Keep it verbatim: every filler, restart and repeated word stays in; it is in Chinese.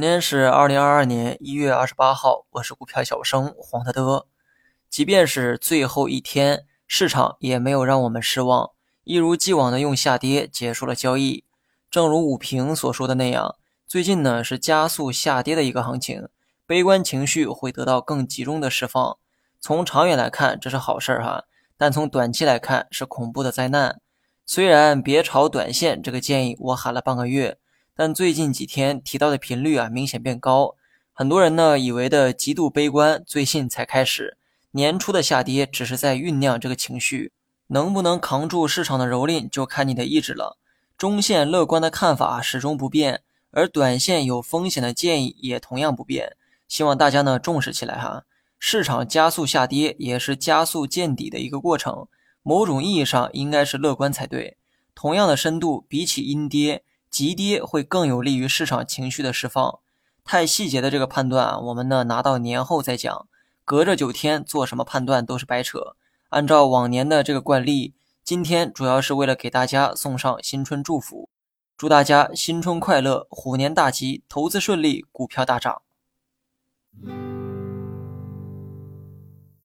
天是二零二二年一月二十八号，我是股票小生黄德德。即便是最后一天，市场也没有让我们失望，一如既往的用下跌结束了交易。正如武平所说的那样，最近呢是加速下跌的一个行情，悲观情绪会得到更集中的释放。从长远来看，这是好事儿哈，但从短期来看是恐怖的灾难。虽然别炒短线这个建议我喊了半个月，但最近几天提到的频率啊明显变高，很多人呢以为的极度悲观最近才开始，年初的下跌只是在酝酿这个情绪，能不能扛住市场的蹂躏就看你的意志了。中线乐观的看法始终不变，而短线有风险的建议也同样不变，希望大家呢重视起来哈。市场加速下跌也是加速见底的一个过程，某种意义上应该是乐观才对。同样的深度，比起阴跌急跌会更有利于市场情绪的释放。太细节的这个判断啊，我们呢拿到年后再讲。隔着九天做什么判断都是白扯。按照往年的这个惯例，今天主要是为了给大家送上新春祝福，祝大家新春快乐，虎年大吉，投资顺利，股票大涨。